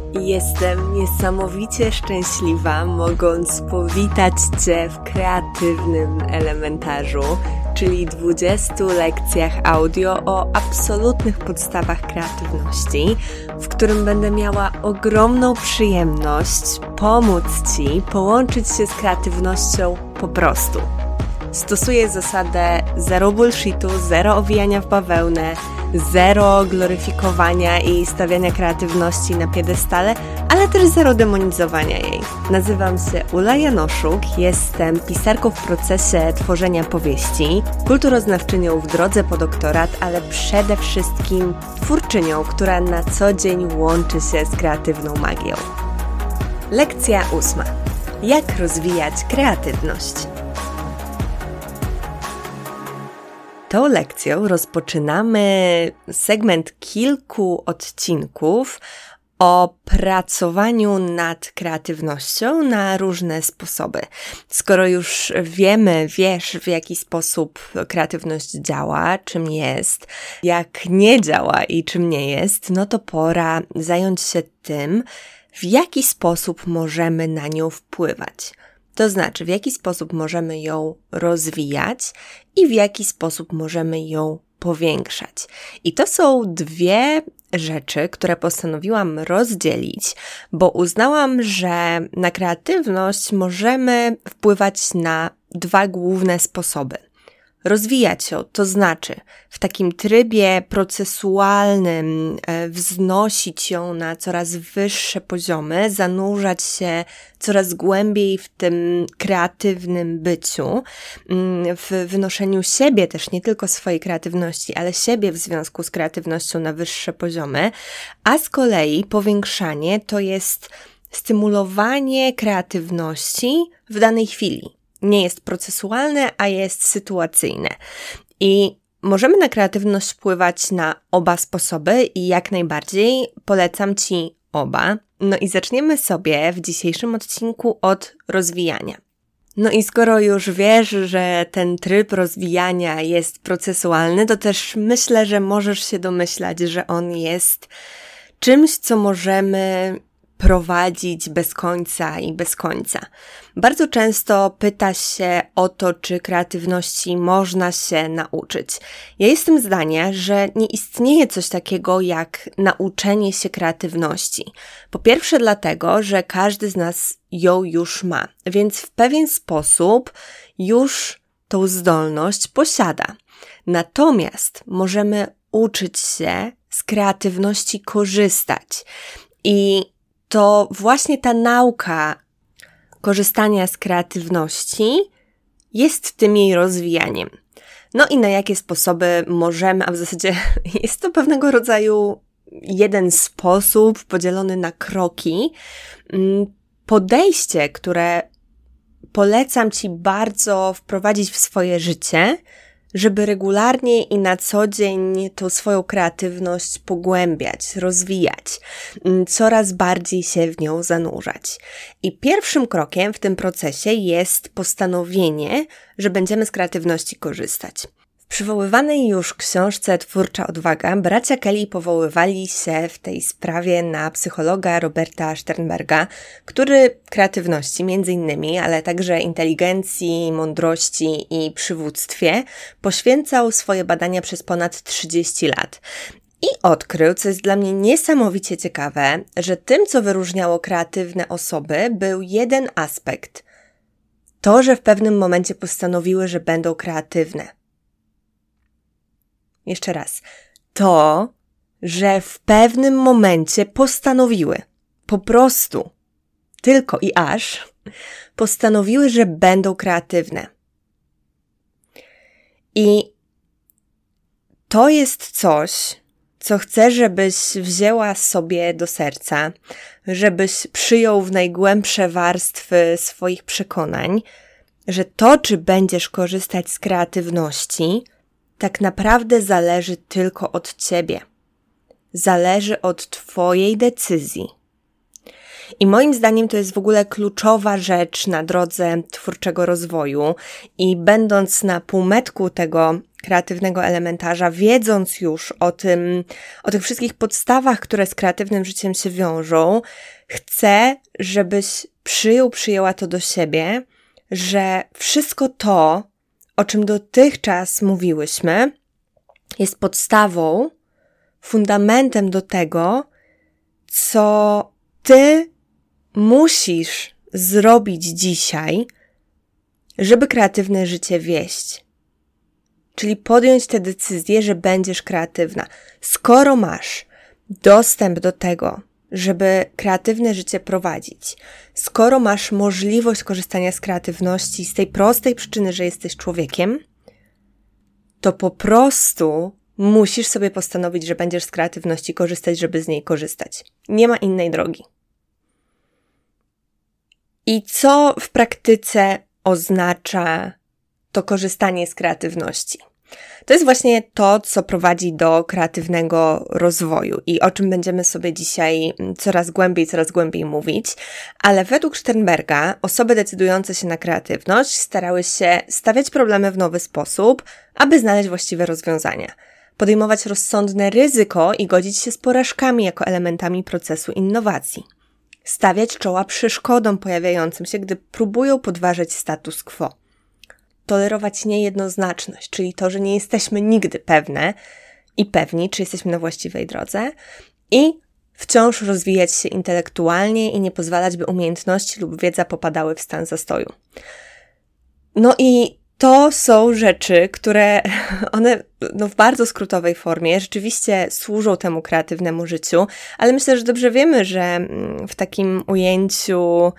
Jestem niesamowicie szczęśliwa, mogąc powitać Cię w kreatywnym elementarzu, czyli 20 lekcjach audio o absolutnych podstawach kreatywności, w którym będę miała ogromną przyjemność pomóc Ci połączyć się z kreatywnością po prostu. Stosuję zasadę zero bullshitu, zero owijania w bawełnę, zero gloryfikowania i stawiania kreatywności na piedestale, ale też zero demonizowania jej. Nazywam się Ula Janoszuk, jestem pisarką w procesie tworzenia powieści, kulturoznawczynią w drodze po doktorat, ale przede wszystkim twórczynią, która na co dzień łączy się z kreatywną magią. Lekcja 8. Jak rozwijać kreatywność? Tą lekcją rozpoczynamy segment kilku odcinków o pracowaniu nad kreatywnością na różne sposoby. Skoro już wiesz w jaki sposób kreatywność działa, czym jest, jak nie działa i czym nie jest, no to pora zająć się tym, w jaki sposób możemy na nią wpływać. To znaczy, w jaki sposób możemy ją rozwijać i w jaki sposób możemy ją powiększać. I to są dwie rzeczy, które postanowiłam rozdzielić, bo uznałam, że na kreatywność możemy wpływać na dwa główne sposoby. Rozwijać ją, to znaczy w takim trybie procesualnym wznosić ją na coraz wyższe poziomy, zanurzać się coraz głębiej w tym kreatywnym byciu, w wynoszeniu siebie też, nie tylko swojej kreatywności, ale siebie w związku z kreatywnością na wyższe poziomy, a z kolei powiększanie to jest stymulowanie kreatywności w danej chwili. Nie jest procesualne, a jest sytuacyjne. I możemy na kreatywność wpływać na oba sposoby i jak najbardziej polecam Ci oba. No i zaczniemy sobie w dzisiejszym odcinku od rozwijania. No i skoro już wiesz, że ten tryb rozwijania jest procesualny, to też myślę, że możesz się domyślać, że on jest czymś, co możemy prowadzić bez końca i bez końca. Bardzo często pyta się o to, czy kreatywności można się nauczyć. Ja jestem zdania, że nie istnieje coś takiego jak nauczenie się kreatywności. Po pierwsze dlatego, że każdy z nas ją już ma, więc w pewien sposób już tą zdolność posiada. Natomiast możemy uczyć się z kreatywności korzystać. I to właśnie ta nauka korzystania z kreatywności jest tym jej rozwijaniem. No i na jakie sposoby możemy, a w zasadzie jest to pewnego rodzaju jeden sposób podzielony na kroki, podejście, które polecam Ci bardzo wprowadzić w swoje życie, żeby regularnie i na co dzień tą swoją kreatywność pogłębiać, rozwijać, coraz bardziej się w nią zanurzać. I pierwszym krokiem w tym procesie jest postanowienie, że będziemy z kreatywności korzystać. W przywoływanej już książce Twórcza odwaga bracia Kelly powoływali się w tej sprawie na psychologa Roberta Sternberga, który kreatywności między innymi, ale także inteligencji, mądrości i przywództwie poświęcał swoje badania przez ponad 30 lat. I odkrył, co jest dla mnie niesamowicie ciekawe, że tym, co wyróżniało kreatywne osoby, był jeden aspekt. To, że w pewnym momencie postanowiły, że będą kreatywne. Jeszcze raz. To, że w pewnym momencie postanowiły, po prostu, tylko i aż, postanowiły, że będą kreatywne. I to jest coś, co chcę, żebyś wzięła sobie do serca, żebyś przyjął w najgłębsze warstwy swoich przekonań, że to, czy będziesz korzystać z kreatywności, tak naprawdę zależy tylko od Ciebie. Zależy od Twojej decyzji. I moim zdaniem to jest w ogóle kluczowa rzecz na drodze twórczego rozwoju i będąc na półmetku tego kreatywnego elementarza, wiedząc już o tych wszystkich podstawach, które z kreatywnym życiem się wiążą, chcę, żebyś przyjęła to do siebie, że wszystko to, o czym dotychczas mówiłyśmy, jest podstawą, fundamentem do tego, co ty musisz zrobić dzisiaj, żeby kreatywne życie wieść. Czyli podjąć tę decyzję, że będziesz kreatywna. Skoro masz dostęp do tego, żeby kreatywne życie prowadzić, skoro masz możliwość korzystania z kreatywności z tej prostej przyczyny, że jesteś człowiekiem, to po prostu musisz sobie postanowić, że będziesz z kreatywności korzystać, żeby z niej korzystać. Nie ma innej drogi. I co w praktyce oznacza to korzystanie z kreatywności? To jest właśnie to, co prowadzi do kreatywnego rozwoju i o czym będziemy sobie dzisiaj coraz głębiej mówić, ale według Sternberga osoby decydujące się na kreatywność starały się stawiać problemy w nowy sposób, aby znaleźć właściwe rozwiązania, podejmować rozsądne ryzyko i godzić się z porażkami jako elementami procesu innowacji, stawiać czoła przeszkodom pojawiającym się, gdy próbują podważyć status quo, tolerować niejednoznaczność, czyli to, że nie jesteśmy nigdy pewni, czy jesteśmy na właściwej drodze i wciąż rozwijać się intelektualnie i nie pozwalać, by umiejętności lub wiedza popadały w stan zastoju. No i to są rzeczy, które one w bardzo skrótowej formie rzeczywiście służą temu kreatywnemu życiu, ale myślę, że dobrze wiemy, że w takim ujęciu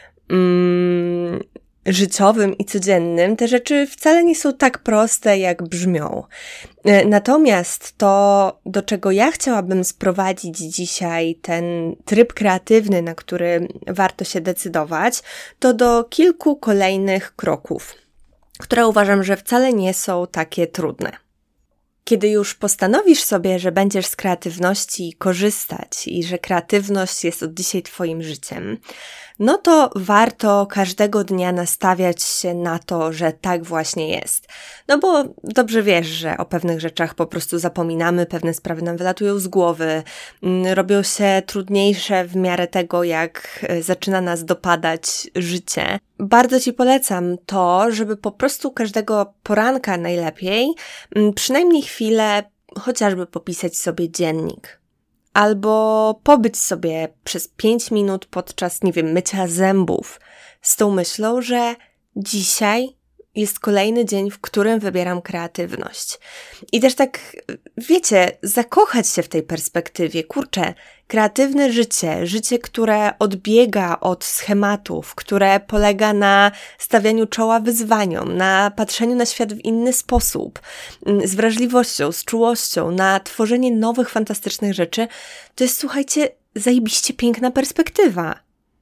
życiowym i codziennym te rzeczy wcale nie są tak proste, jak brzmią. Natomiast to, do czego ja chciałabym sprowadzić dzisiaj ten tryb kreatywny, na który warto się decydować, to do kilku kolejnych kroków, które uważam, że wcale nie są takie trudne. Kiedy już postanowisz sobie, że będziesz z kreatywności korzystać i że kreatywność jest od dzisiaj twoim życiem, no to warto każdego dnia nastawiać się na to, że tak właśnie jest. No bo dobrze wiesz, że o pewnych rzeczach po prostu zapominamy, pewne sprawy nam wylatują z głowy, robią się trudniejsze w miarę tego, jak zaczyna nas dopadać życie. Bardzo Ci polecam to, żeby po prostu każdego poranka najlepiej przynajmniej chwilę chociażby popisać sobie dziennik. Albo pobyć sobie przez 5 minut podczas, mycia zębów z tą myślą, że dzisiaj jest kolejny dzień, w którym wybieram kreatywność. I też tak, zakochać się w tej perspektywie. Kurczę, kreatywne życie, które odbiega od schematów, które polega na stawianiu czoła wyzwaniom, na patrzeniu na świat w inny sposób, z wrażliwością, z czułością, na tworzenie nowych, fantastycznych rzeczy, to jest, słuchajcie, zajebiście piękna perspektywa.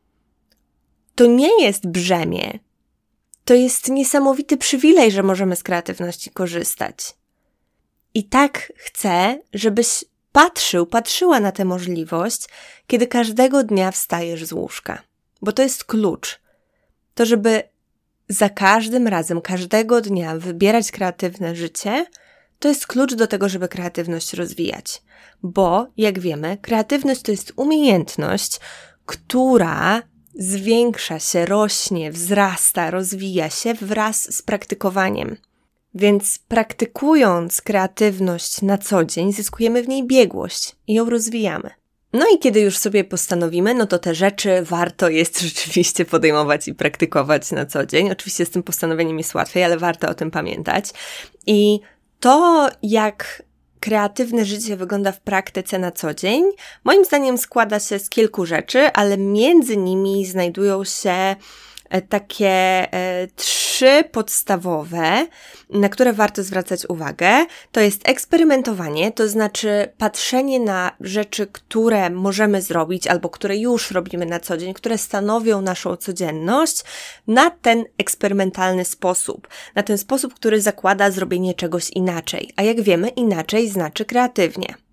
To nie jest brzemię. To jest niesamowity przywilej, że możemy z kreatywności korzystać. I tak chcę, żebyś patrzyła na tę możliwość, kiedy każdego dnia wstajesz z łóżka. Bo to jest klucz. To, żeby za każdym razem, każdego dnia wybierać kreatywne życie, to jest klucz do tego, żeby kreatywność rozwijać. Bo, jak wiemy, kreatywność to jest umiejętność, która zwiększa się, rośnie, wzrasta, rozwija się wraz z praktykowaniem. Więc praktykując kreatywność na co dzień, zyskujemy w niej biegłość i ją rozwijamy. No i kiedy już sobie postanowimy, no to te rzeczy warto jest rzeczywiście podejmować i praktykować na co dzień. Oczywiście z tym postanowieniem jest łatwiej, ale warto o tym pamiętać. I to, jak kreatywne życie wygląda w praktyce na co dzień, moim zdaniem składa się z kilku rzeczy, ale między nimi znajdują się takie 3 podstawowe, na które warto zwracać uwagę. To jest eksperymentowanie, to znaczy patrzenie na rzeczy, które możemy zrobić albo które już robimy na co dzień, które stanowią naszą codzienność, na ten eksperymentalny sposób. Na ten sposób, który zakłada zrobienie czegoś inaczej. A jak wiemy, inaczej znaczy kreatywnie.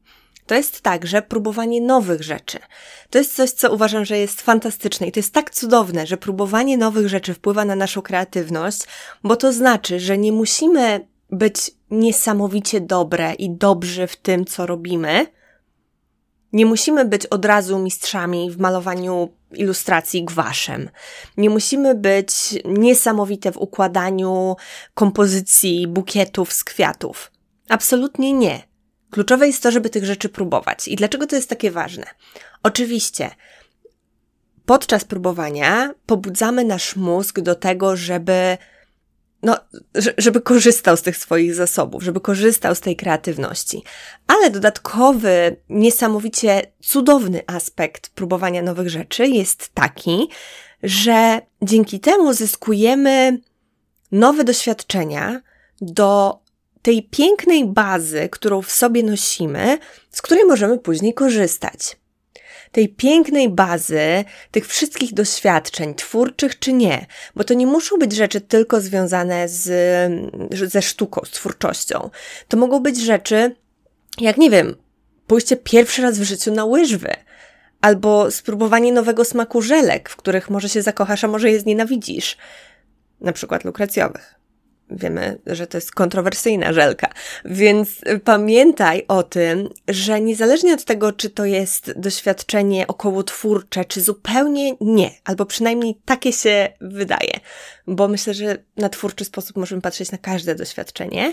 to jest także próbowanie nowych rzeczy. To jest coś, co uważam, że jest fantastyczne i to jest tak cudowne, że próbowanie nowych rzeczy wpływa na naszą kreatywność, bo to znaczy, że nie musimy być niesamowicie dobre i dobrzy w tym, co robimy. Nie musimy być od razu mistrzami w malowaniu ilustracji gouache'em. Nie musimy być niesamowite w układaniu kompozycji bukietów z kwiatów. Absolutnie nie. Kluczowe jest to, żeby tych rzeczy próbować. I dlaczego to jest takie ważne? Oczywiście, podczas próbowania pobudzamy nasz mózg do tego, żeby korzystał z tych swoich zasobów, żeby korzystał z tej kreatywności. Ale dodatkowy, niesamowicie cudowny aspekt próbowania nowych rzeczy jest taki, że dzięki temu zyskujemy nowe doświadczenia do tej pięknej bazy, którą w sobie nosimy, z której możemy później korzystać. Tej pięknej bazy, tych wszystkich doświadczeń, twórczych czy nie, bo to nie muszą być rzeczy tylko związane ze sztuką, z twórczością. To mogą być rzeczy, jak nie wiem, pójście pierwszy raz w życiu na łyżwy, albo spróbowanie nowego smaku żelek, w których może się zakochasz, a może je znienawidzisz, na przykład lukrecjowych. Wiemy, że to jest kontrowersyjna żelka, więc pamiętaj o tym, że niezależnie od tego, czy to jest doświadczenie okołotwórcze, czy zupełnie nie, albo przynajmniej takie się wydaje, bo myślę, że na twórczy sposób możemy patrzeć na każde doświadczenie,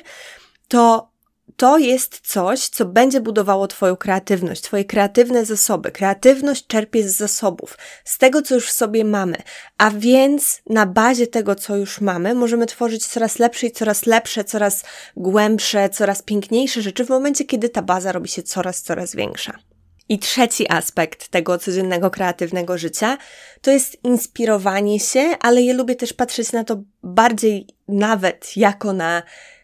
to jest coś, co będzie budowało Twoją kreatywność, Twoje kreatywne zasoby. Kreatywność czerpie z zasobów, z tego, co już w sobie mamy. A więc na bazie tego, co już mamy, możemy tworzyć coraz lepsze i coraz lepsze, coraz głębsze, coraz piękniejsze rzeczy w momencie, kiedy ta baza robi się coraz większa. I trzeci aspekt tego codziennego, kreatywnego życia to jest inspirowanie się, ale ja lubię też patrzeć na to bardziej nawet jako na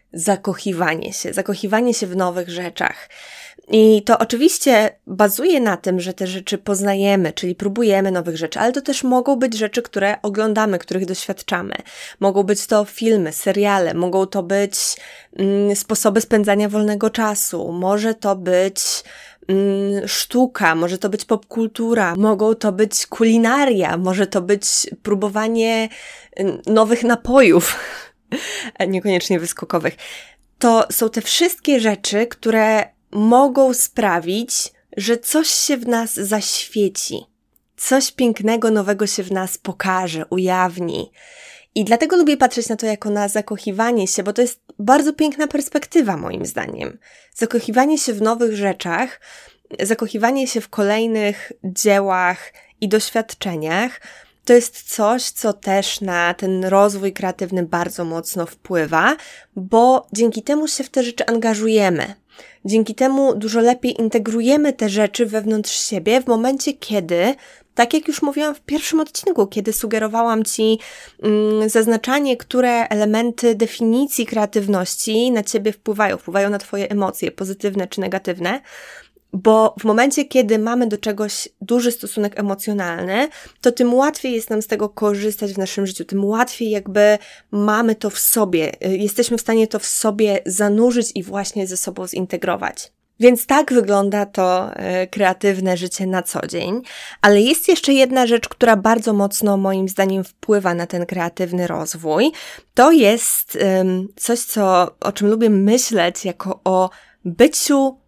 zakochiwanie się w nowych rzeczach. I to oczywiście bazuje na tym, że te rzeczy poznajemy, czyli próbujemy nowych rzeczy, ale to też mogą być rzeczy, które oglądamy, których doświadczamy. Mogą być to filmy, seriale, mogą to być sposoby spędzania wolnego czasu, może to być sztuka, może to być popkultura, mogą to być kulinaria, może to być próbowanie nowych napojów, niekoniecznie wyskokowych. To są te wszystkie rzeczy, które mogą sprawić, że coś się w nas zaświeci. Coś pięknego, nowego się w nas pokaże, ujawni. I dlatego lubię patrzeć na to jako na zakochiwanie się, bo to jest bardzo piękna perspektywa moim zdaniem. Zakochiwanie się w nowych rzeczach, zakochiwanie się w kolejnych dziełach i doświadczeniach, to jest coś, co też na ten rozwój kreatywny bardzo mocno wpływa, bo dzięki temu się w te rzeczy angażujemy. Dzięki temu dużo lepiej integrujemy te rzeczy wewnątrz siebie w momencie, kiedy, tak jak już mówiłam w pierwszym odcinku, kiedy sugerowałam Ci zaznaczanie, które elementy definicji kreatywności na Ciebie wpływają na Twoje emocje, pozytywne czy negatywne, bo w momencie, kiedy mamy do czegoś duży stosunek emocjonalny, to tym łatwiej jest nam z tego korzystać w naszym życiu, tym łatwiej jakby mamy to w sobie, jesteśmy w stanie to w sobie zanurzyć i właśnie ze sobą zintegrować. Więc tak wygląda to kreatywne życie na co dzień, ale jest jeszcze jedna rzecz, która bardzo mocno moim zdaniem wpływa na ten kreatywny rozwój. To jest coś, o czym lubię myśleć jako o byciu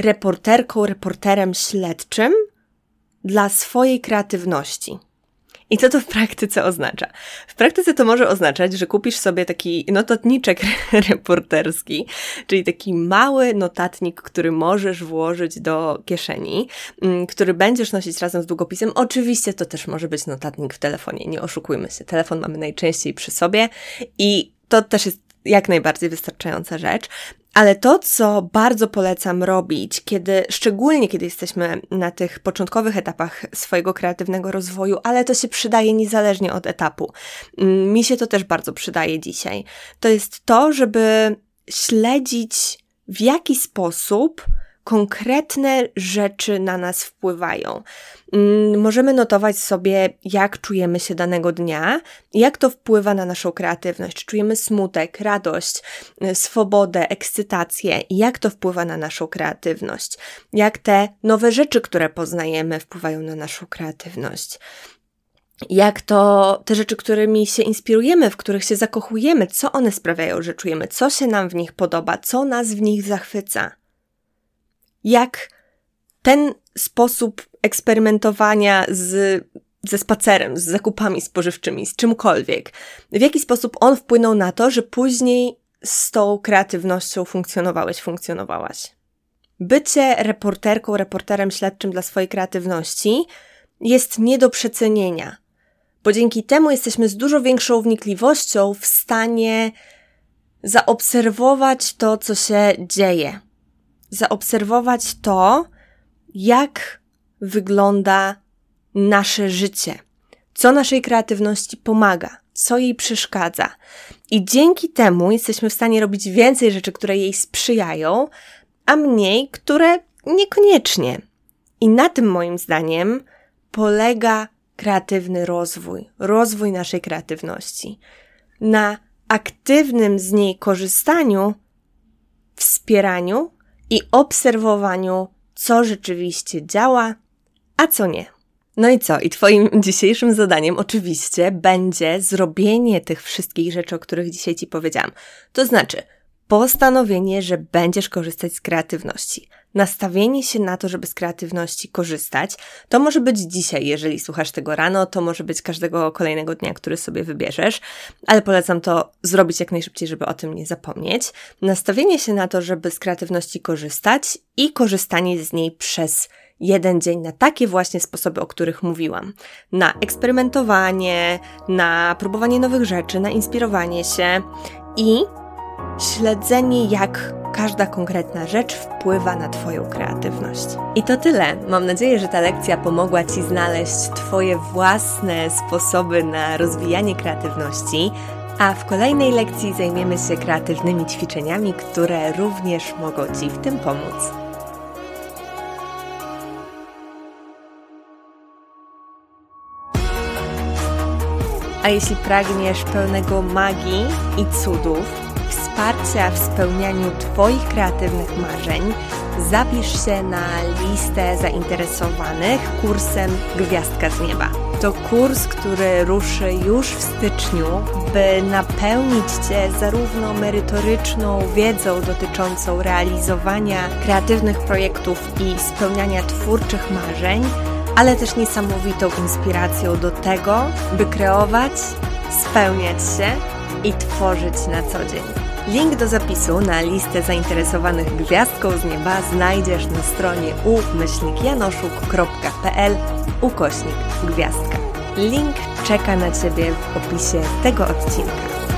reporterem śledczym dla swojej kreatywności. I co to w praktyce oznacza? W praktyce to może oznaczać, że kupisz sobie taki notatniczek reporterski, czyli taki mały notatnik, który możesz włożyć do kieszeni, który będziesz nosić razem z długopisem. Oczywiście to też może być notatnik w telefonie, nie oszukujmy się. Telefon mamy najczęściej przy sobie i to też jest jak najbardziej wystarczająca rzecz. Ale to, co bardzo polecam robić, szczególnie kiedy jesteśmy na tych początkowych etapach swojego kreatywnego rozwoju, ale to się przydaje niezależnie od etapu. Mi się to też bardzo przydaje dzisiaj. To jest to, żeby śledzić, w jaki sposób konkretne rzeczy na nas wpływają. Możemy notować sobie, jak czujemy się danego dnia, jak to wpływa na naszą kreatywność. Czy czujemy smutek, radość, swobodę, ekscytację i jak to wpływa na naszą kreatywność. Jak te nowe rzeczy, które poznajemy, wpływają na naszą kreatywność. Jak to te rzeczy, którymi się inspirujemy, w których się zakochujemy, co one sprawiają, że czujemy, co się nam w nich podoba, co nas w nich zachwyca. Jak ten sposób eksperymentowania ze spacerem, z zakupami spożywczymi, z czymkolwiek, w jaki sposób on wpłynął na to, że później z tą kreatywnością funkcjonowałaś. Bycie reporterem śledczym dla swojej kreatywności jest nie do przecenienia, bo dzięki temu jesteśmy z dużo większą wnikliwością w stanie zaobserwować to, co się dzieje. Zaobserwować to, jak wygląda nasze życie, co naszej kreatywności pomaga, co jej przeszkadza. I dzięki temu jesteśmy w stanie robić więcej rzeczy, które jej sprzyjają, a mniej, które niekoniecznie. I na tym, moim zdaniem, polega kreatywny rozwój naszej kreatywności. Na aktywnym z niej korzystaniu, wspieraniu i obserwowaniu, co rzeczywiście działa, a co nie. No i co? I twoim dzisiejszym zadaniem oczywiście będzie zrobienie tych wszystkich rzeczy, o których dzisiaj ci powiedziałam. To znaczy postanowienie, że będziesz korzystać z kreatywności. Nastawienie się na to, żeby z kreatywności korzystać. To może być dzisiaj, jeżeli słuchasz tego rano, to może być każdego kolejnego dnia, który sobie wybierzesz, ale polecam to zrobić jak najszybciej, żeby o tym nie zapomnieć. Nastawienie się na to, żeby z kreatywności korzystać i korzystanie z niej przez jeden dzień na takie właśnie sposoby, o których mówiłam. Na eksperymentowanie, na próbowanie nowych rzeczy, na inspirowanie się i śledzenie, jak każda konkretna rzecz wpływa na twoją kreatywność. I to tyle. Mam nadzieję, że ta lekcja pomogła ci znaleźć twoje własne sposoby na rozwijanie kreatywności, a w kolejnej lekcji zajmiemy się kreatywnymi ćwiczeniami, które również mogą ci w tym pomóc. A jeśli pragniesz pełnego magii i cudów, wsparcia w spełnianiu twoich kreatywnych marzeń, zapisz się na listę zainteresowanych kursem Gwiazdka z Nieba. To kurs, który ruszy już w styczniu, by napełnić cię zarówno merytoryczną wiedzą dotyczącą realizowania kreatywnych projektów i spełniania twórczych marzeń, ale też niesamowitą inspiracją do tego, by kreować, spełniać się i tworzyć na co dzień. Link do zapisu na listę zainteresowanych Gwiazdką z Nieba znajdziesz na stronie u-janoszuk.pl/gwiazdka. Link czeka na ciebie w opisie tego odcinka.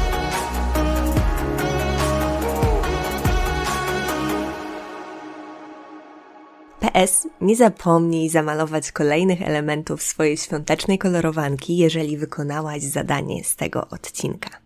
PS, nie zapomnij zamalować kolejnych elementów swojej świątecznej kolorowanki, jeżeli wykonałaś zadanie z tego odcinka.